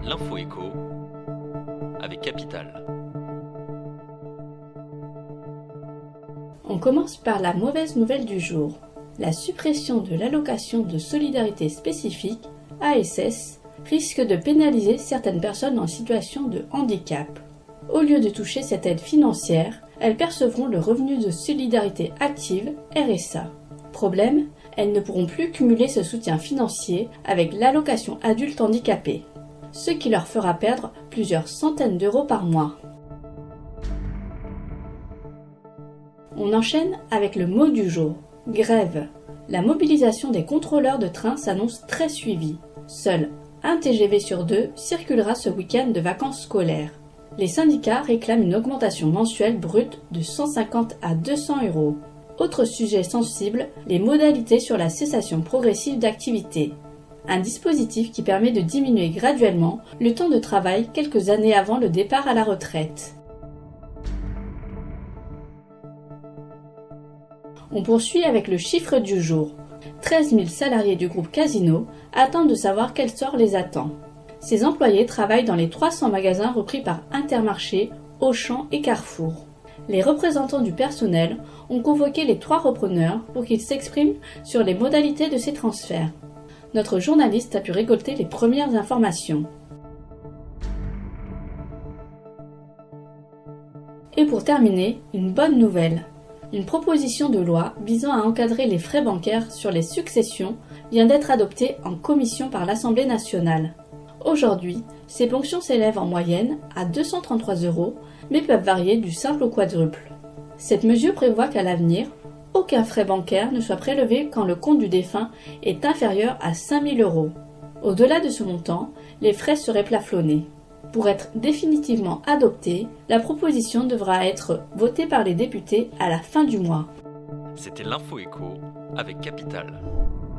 l'info écho avec Capital. On commence par la mauvaise nouvelle du jour. La suppression de l'allocation de solidarité spécifique, ASS, risque de pénaliser certaines personnes en situation de handicap. Au lieu de toucher cette aide financière, elles percevront le revenu de solidarité active, RSA. Problème, elles ne pourront plus cumuler ce soutien financier avec l'allocation adulte handicapé, ce qui leur fera perdre plusieurs centaines d'euros par mois. On enchaîne avec le mot du jour, grève. La mobilisation des contrôleurs de train s'annonce très suivie. Seul un TGV sur 2 circulera ce week-end de vacances scolaires. Les syndicats réclament une augmentation mensuelle brute de 150 à 200 euros. Autre sujet sensible, les modalités sur la cessation progressive d'activité. Un dispositif qui permet de diminuer graduellement le temps de travail quelques années avant le départ à la retraite. On poursuit avec le chiffre du jour. 13 000 salariés du groupe Casino attendent de savoir quel sort les attend. Ces employés travaillent dans les 300 magasins repris par Intermarché, Auchan et Carrefour. Les représentants du personnel ont convoqué les 3 repreneurs pour qu'ils s'expriment sur les modalités de ces transferts. Notre journaliste a pu récolter les premières informations. Et pour terminer, une bonne nouvelle. Une proposition de loi visant à encadrer les frais bancaires sur les successions vient d'être adoptée en commission par l'Assemblée nationale. Aujourd'hui, ces ponctions s'élèvent en moyenne à 233 €, mais peuvent varier du simple au quadruple. Cette mesure prévoit qu'à l'avenir, aucun frais bancaire ne soit prélevé quand le compte du défunt est inférieur à 5 000 €. Au-delà de ce montant, les frais seraient plafonnés. Pour être définitivement adoptée, la proposition devra être votée par les députés à la fin du mois. C'était l'info écho avec Capital.